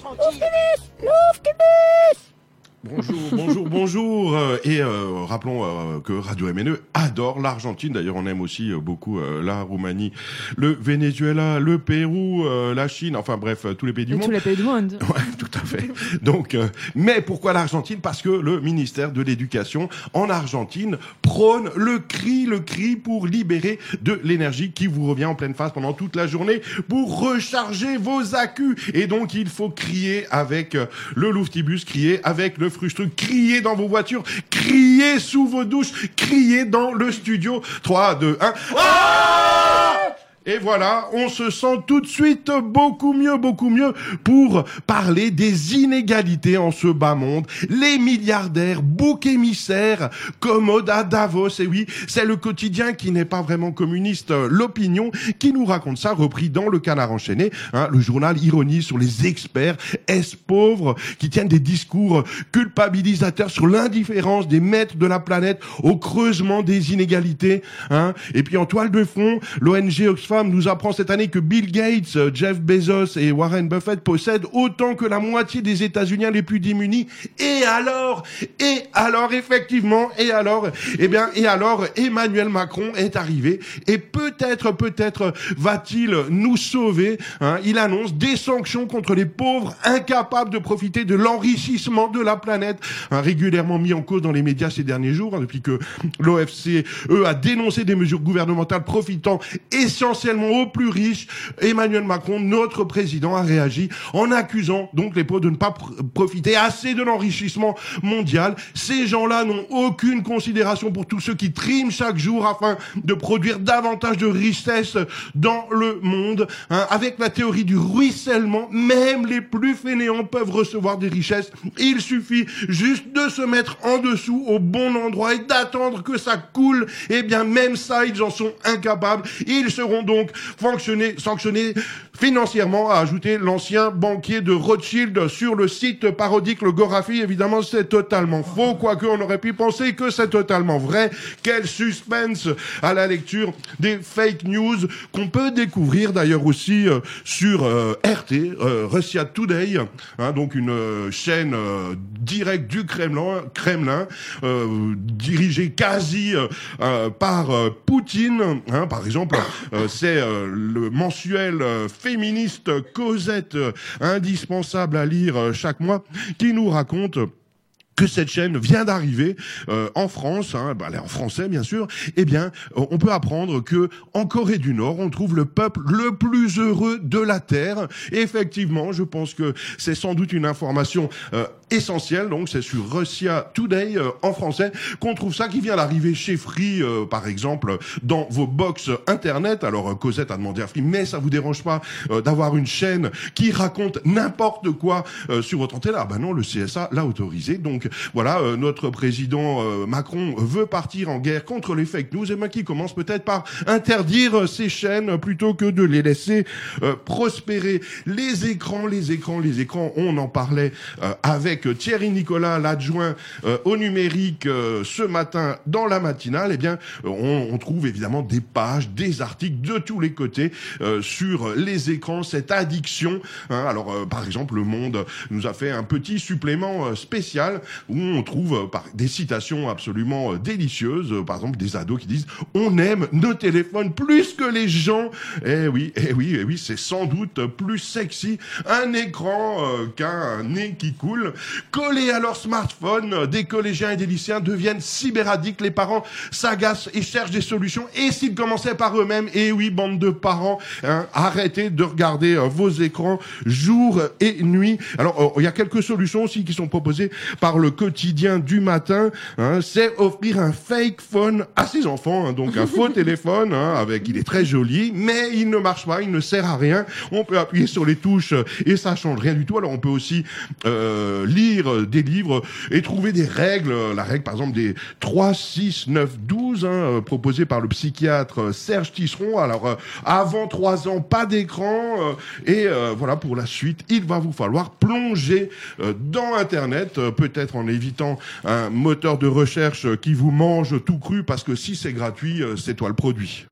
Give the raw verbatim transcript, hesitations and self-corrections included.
L'Ouftimus, l'Ouftimus. Bonjour, bonjour, bonjour. Euh, et euh, rappelons euh, que Radio M N E adore l'Argentine. D'ailleurs, on aime aussi euh, beaucoup euh, la Roumanie, le Venezuela, le Pérou, euh, la Chine. Enfin bref, euh, tous les pays du Et monde. tous les pays du monde. Ouais, tout à fait. Donc, euh, mais pourquoi l'Argentine? Parce que le ministère de l'Éducation en Argentine prône le cri, le cri pour libérer de l'énergie qui vous revient en pleine face pendant toute la journée pour recharger vos accus. Et donc, il faut crier avec euh, le Louftibus, crier avec le Frustruc, crier dans vos voitures, crier sous vos douches, crier dans le studio. trois, deux, un. Ah! Et voilà, on se sent tout de suite beaucoup mieux, beaucoup mieux pour parler des inégalités en ce bas monde. Les milliardaires, boucs émissaires, commodes à Davos. Et oui, c'est le quotidien qui n'est pas vraiment communiste, l'opinion, qui nous raconte ça, repris dans le Canard enchaîné. Hein, le journal ironise sur les experts, est pauvres, qui tiennent des discours culpabilisateurs sur l'indifférence des maîtres de la planète au creusement des inégalités. Hein. Et puis en toile de fond, l'O N G Oxfam nous apprend cette année que Bill Gates, Jeff Bezos et Warren Buffett possèdent autant que la moitié des États-Unis les plus démunis. Et alors, et alors effectivement, et alors, eh bien, et alors Emmanuel Macron est arrivé et peut-être, peut-être va-t-il nous sauver. Hein. Il annonce des sanctions contre les pauvres incapables de profiter de l'enrichissement de la planète, hein, régulièrement mis en cause dans les médias ces derniers jours, hein, depuis que l'O F C E a dénoncé des mesures gouvernementales profitant essentiellement aux plus riches. Emmanuel Macron, notre président, a réagi en accusant donc les pauvres de ne pas pr- profiter assez de l'enrichissement mondial. Ces gens-là n'ont aucune considération pour tous ceux qui triment chaque jour afin de produire davantage de richesses dans le monde. Hein, avec la théorie du ruissellement, même les plus fainéants peuvent recevoir des richesses. Il suffit juste de se mettre en dessous au bon endroit et d'attendre que ça coule. Eh bien, même ça, ils en sont incapables. Ils seront donc donc fonctionner, sanctionné financièrement, a ajouté l'ancien banquier de Rothschild sur le site parodique Le Gorafi. Évidemment, c'est totalement faux, quoique on aurait pu penser que c'est totalement vrai. Quel suspense à la lecture des fake news qu'on peut découvrir d'ailleurs aussi euh, sur euh, R T, euh, Russia Today, hein, donc une euh, chaîne euh, directe du Kremlin, Kremlin euh, dirigée quasi euh, par euh, Poutine, hein, par exemple. Euh, c'est euh, le mensuel euh, féministe Cosette, euh, indispensable à lire euh, chaque mois, qui nous raconte que cette chaîne vient d'arriver euh, en France, hein, bah, elle est en français bien sûr. Eh bien, on peut apprendre que en Corée du Nord, on trouve le peuple le plus heureux de la terre. Et effectivement, je pense que c'est sans doute une information euh, essentielle. Donc, c'est sur Russia Today euh, en français qu'on trouve ça, qui vient d'arriver chez Free, euh, par exemple, dans vos box internet. Alors, euh, Cosette a demandé à Free, mais ça vous dérange pas euh, d'avoir une chaîne qui raconte n'importe quoi euh, sur votre antenne? Ah ben non, le C S A l'a autorisé. Donc voilà, euh, notre président euh, Macron veut partir en guerre contre les fake news, et ben qui commence peut-être par interdire ces chaînes plutôt que de les laisser euh, prospérer. Les écrans, les écrans, les écrans, on en parlait euh, avec Thierry Nicolas, l'adjoint euh, au numérique, euh, ce matin dans la matinale. Eh bien, on, on trouve évidemment des pages, des articles de tous les côtés euh, sur les écrans, cette addiction. Hein. Alors, euh, par exemple, Le Monde nous a fait un petit supplément euh, spécial où on trouve euh, par, des citations absolument euh, délicieuses. Euh, par exemple, des ados qui disent « On aime nos téléphones plus que les gens ». Eh oui, eh oui, eh oui, c'est sans doute plus sexy un écran euh, qu'un nez qui coule. Collés à leur smartphone, des collégiens et des lycéens deviennent cyberaddicts. Les parents s'agacent et cherchent des solutions. Et s'ils commençaient par eux-mêmes, eh oui, bande de parents, hein, arrêtez de regarder euh, vos écrans jour et nuit. Alors, il euh, y a quelques solutions aussi qui sont proposées par le quotidien du matin. Hein, c'est offrir un fake phone à ses enfants, hein, donc un faux téléphone, hein, avec, il est très joli, mais il ne marche pas, il ne sert à rien. On peut appuyer sur les touches et ça change rien du tout. Alors, on peut aussi euh, lire des livres et trouver des règles. La règle, par exemple, des trois, six, neuf, douze, hein, proposée par le psychiatre Serge Tisseron. Alors, euh, avant trois ans, pas d'écran. Euh, et euh, voilà, pour la suite, il va vous falloir plonger euh, dans Internet, euh, peut-être en évitant un moteur de recherche qui vous mange tout cru, parce que si c'est gratuit, euh, c'est toi le produit.